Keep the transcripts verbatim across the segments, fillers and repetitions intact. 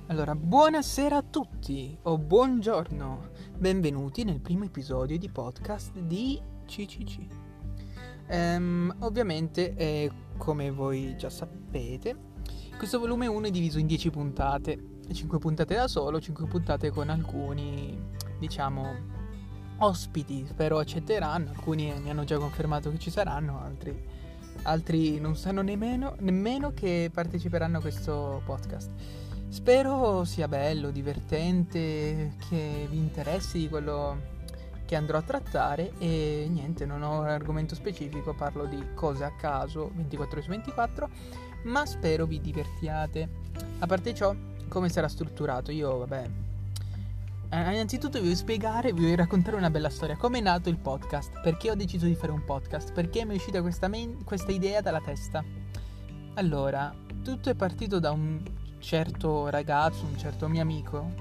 Allora, buonasera a tutti o buongiorno, benvenuti nel primo episodio di podcast di C C C. Ehm, ovviamente, eh, come voi già sapete, questo volume uno è diviso in dieci puntate, cinque puntate da solo, cinque puntate con alcuni, diciamo, ospiti, spero accetteranno, alcuni mi hanno già confermato che ci saranno, altri, altri non sanno nemmeno, nemmeno che parteciperanno a questo podcast. Spero sia bello, divertente, che vi interessi di quello che andrò a trattare e niente, non ho un argomento specifico, parlo di cose a caso ventiquattro ore su ventiquattro, ma spero vi divertiate. A parte ciò, come sarà strutturato? Io, vabbè, eh, innanzitutto vi voglio spiegare, vi voglio raccontare una bella storia. Come è nato il podcast? Perché ho deciso di fare un podcast? Perché mi è uscita questa, men- questa idea dalla testa? Allora, tutto è partito da un certo ragazzo, un certo mio amico.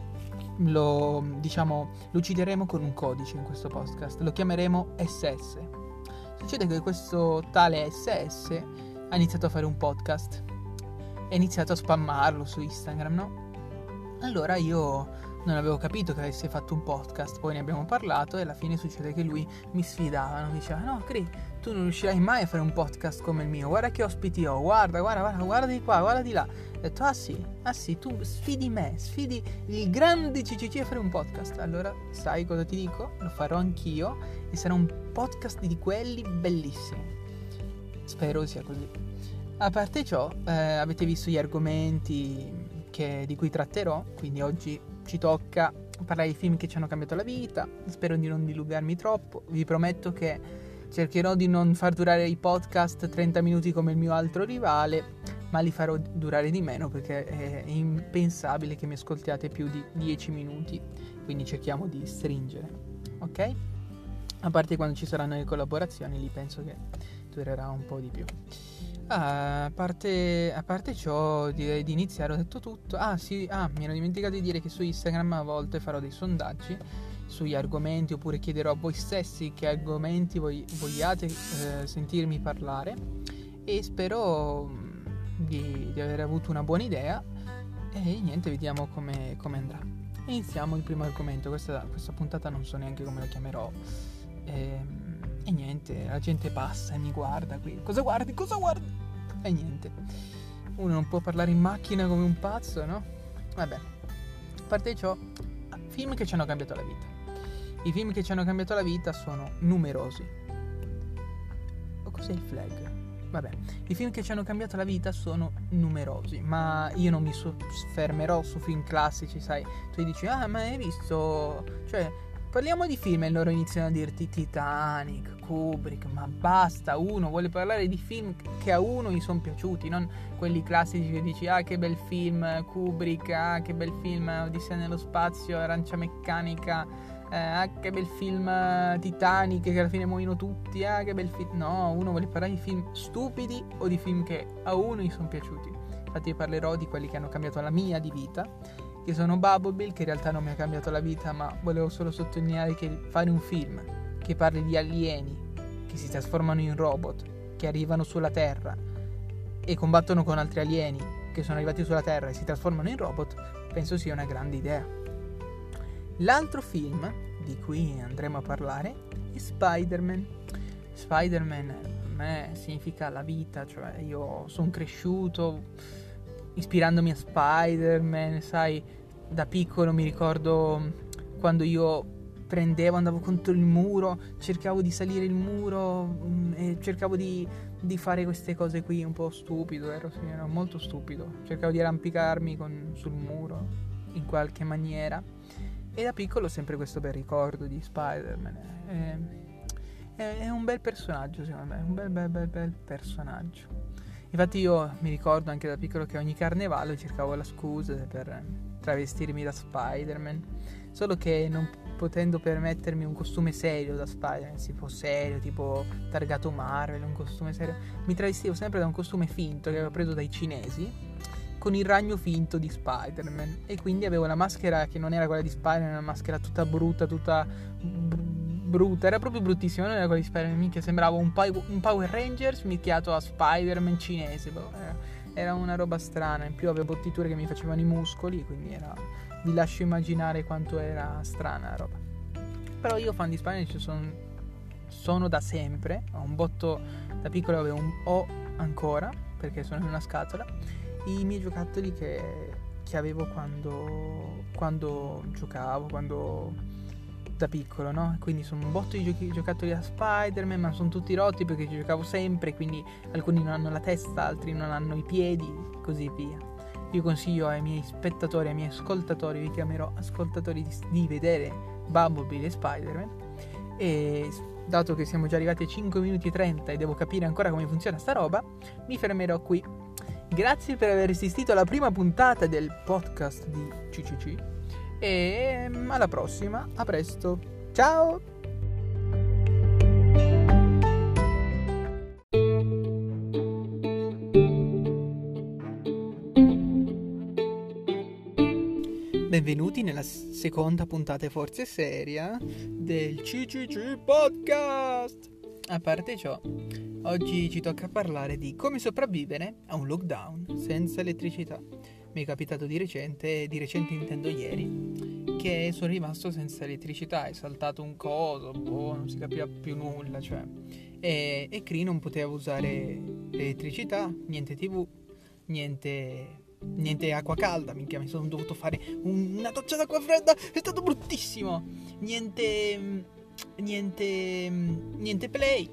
Lo, diciamo, lo uccideremo con un codice in questo podcast, lo chiameremo S S. Succede che questo tale S S ha iniziato a fare un podcast e ha iniziato a spammarlo su Instagram, no? Allora io non avevo capito che avesse fatto un podcast, poi ne abbiamo parlato e alla fine succede che lui mi sfidava, no? Diceva: no, Cri, tu non riuscirai mai a fare un podcast come il mio, guarda che ospiti ho, guarda, guarda, guarda, guarda di qua, guarda di là. Ho detto: ah sì, ah sì, tu sfidi me, sfidi il grande C C C a fare un podcast. Allora, sai cosa ti dico? Lo farò anch'io e sarà un podcast di quelli bellissimi. Spero sia così. A parte ciò, eh, avete visto gli argomenti che, di cui tratterò, quindi oggi ci tocca parlare di film che ci hanno cambiato la vita. Spero di non dilungarmi troppo, vi prometto che cercherò di non far durare i podcast trenta minuti come il mio altro rivale, ma li farò durare di meno perché è impensabile che mi ascoltiate più di dieci minuti, quindi cerchiamo di stringere, ok? A parte quando ci saranno le collaborazioni, lì penso che durerà un po' di più. Ah, a parte, a parte ciò, direi di iniziare, ho detto tutto. Ah sì, ah, mi ero dimenticato di dire che su Instagram a volte farò dei sondaggi sugli argomenti, oppure chiederò a voi stessi che argomenti voi, vogliate eh, sentirmi parlare, e spero di, di aver avuto una buona idea e niente, vediamo come, come andrà. Iniziamo il primo argomento. Questa, questa puntata non so neanche come la chiamerò. Ehm E niente, la gente passa e mi guarda qui. Cosa guardi? Cosa guardi? E niente. Uno non può parlare in macchina come un pazzo, no? Vabbè. A parte ciò, film che ci hanno cambiato la vita. I film che ci hanno cambiato la vita sono numerosi. O cos'è il flag? Vabbè. I film che ci hanno cambiato la vita sono numerosi, ma io non mi soffermerò su film classici, sai. Tu dici: ah, ma hai visto... Cioè... Parliamo di film e loro iniziano a dirti Titanic, Kubrick, ma basta, uno vuole parlare di film che a uno gli sono piaciuti, non quelli classici che dici: ah, che bel film Kubrick, ah, che bel film Odissea nello spazio, Arancia meccanica, eh, ah, che bel film Titanic, che alla fine muoiono tutti, ah, che bel film. No, uno vuole parlare di film stupidi o di film che a uno gli sono piaciuti. Infatti io parlerò di quelli che hanno cambiato la mia di vita, che sono Bubble Bill, che in realtà non mi ha cambiato la vita, ma volevo solo sottolineare che fare un film che parli di alieni che si trasformano in robot, che arrivano sulla Terra e combattono con altri alieni che sono arrivati sulla Terra e si trasformano in robot, penso sia una grande idea. L'altro film di cui andremo a parlare è Spider-Man. Spider-Man per me significa la vita, cioè io sono cresciuto ispirandomi a Spider-Man, sai, da piccolo mi ricordo quando io prendevo, andavo contro il muro, cercavo di salire il muro mh, e cercavo di, di fare queste cose qui un po' stupido, ero, sì, ero molto stupido, cercavo di arrampicarmi con, sul muro in qualche maniera, e da piccolo ho sempre questo bel ricordo di Spider-Man. È, è, è un bel personaggio, secondo me, un bel bel bel bel personaggio. Infatti io mi ricordo anche da piccolo che ogni carnevale cercavo la scusa per travestirmi da Spider-Man, solo che non potendo permettermi un costume serio da Spider-Man, tipo serio, tipo targato Marvel, un costume serio, mi travestivo sempre da un costume finto che avevo preso dai cinesi, con il ragno finto di Spider-Man, e quindi avevo la maschera che non era quella di Spider-Man, una maschera tutta brutta, tutta brutta, era proprio bruttissima, non era quella di Spider-Man, minchia, sembrava un, pa- un Power Rangers mischiato a Spider-Man cinese, boh, era, era una roba strana. In più avevo bottiture che mi facevano i muscoli, quindi era, vi lascio immaginare quanto era strana la roba. Però io fan di Spanish sono, sono da sempre, ho un botto da piccolo, avevo un, ho ancora, perché sono in una scatola, i miei giocattoli che, che avevo quando, quando giocavo, quando da piccolo, no? Quindi sono un botto di giochi, giocattoli a Spider-Man, ma sono tutti rotti perché ci giocavo sempre, quindi alcuni non hanno la testa, altri non hanno i piedi, così via. Io consiglio ai miei spettatori, ai miei ascoltatori, vi chiamerò ascoltatori, di, di vedere Bumblebee e Spider-Man. E dato che siamo già arrivati a cinque minuti e trenta e devo capire ancora come funziona sta roba, mi fermerò qui. Grazie per aver assistito alla prima puntata del podcast di C C C e alla prossima, a presto, ciao! Benvenuti nella seconda puntata forse seria del C C C Podcast. A parte ciò, oggi ci tocca parlare di come sopravvivere a un lockdown senza elettricità. Mi è capitato di recente, di recente intendo ieri, che sono rimasto senza elettricità, è saltato un coso, boh, non si capiva più nulla, cioè. E, e qui non poteva usare l'elettricità, niente tivù, niente... niente acqua calda, minchia, mi sono dovuto fare un, una doccia d'acqua fredda, è stato bruttissimo. Niente niente niente play,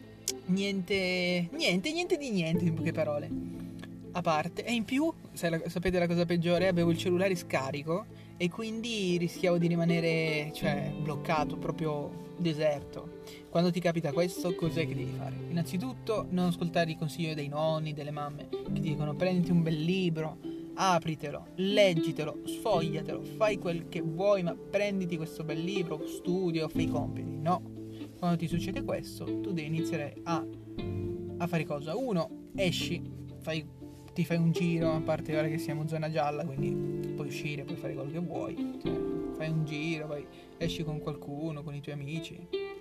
niente niente niente di niente, in poche parole. A parte, e in più, sapete la cosa peggiore? Avevo il cellulare scarico e quindi rischiavo di rimanere, cioè, bloccato, proprio deserto. Quando ti capita questo, cos'è che devi fare? Innanzitutto, non ascoltare i consigli dei nonni, delle mamme, che ti dicono prenditi un bel libro, apritelo, leggitelo, sfogliatelo, fai quel che vuoi, ma prenditi questo bel libro, studia o fai i compiti. No, quando ti succede questo, tu devi iniziare a, a fare cosa? Uno, esci, fai, ti fai un giro, a parte ora che siamo in zona gialla, quindi puoi uscire, puoi fare quello che vuoi, cioè, fai un giro, poi esci con qualcuno, con i tuoi amici.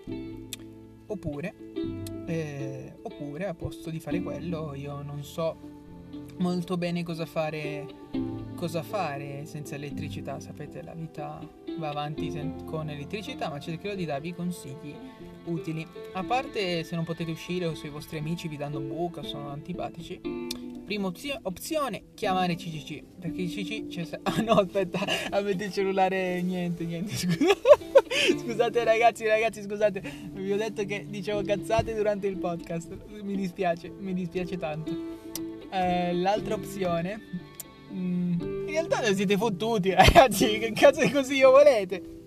Oppure, eh, oppure a posto di fare quello, io non so molto bene cosa fare, cosa fare senza elettricità. Sapete, la vita va avanti sen- con elettricità, ma cercherò di darvi consigli utili. A parte, se non potete uscire o se i vostri amici vi danno buca, sono antipatici, prima opzio- opzione, chiamare C C C, perché C C C c'è se- ah no, aspetta, avete il cellulare, niente, niente, scusa. Scusate ragazzi, ragazzi, scusate, vi ho detto che dicevo cazzate durante il podcast, mi dispiace, mi dispiace tanto. Eh, l'altra opzione, mm, in realtà non siete fottuti ragazzi, che cazzo di consiglio volete?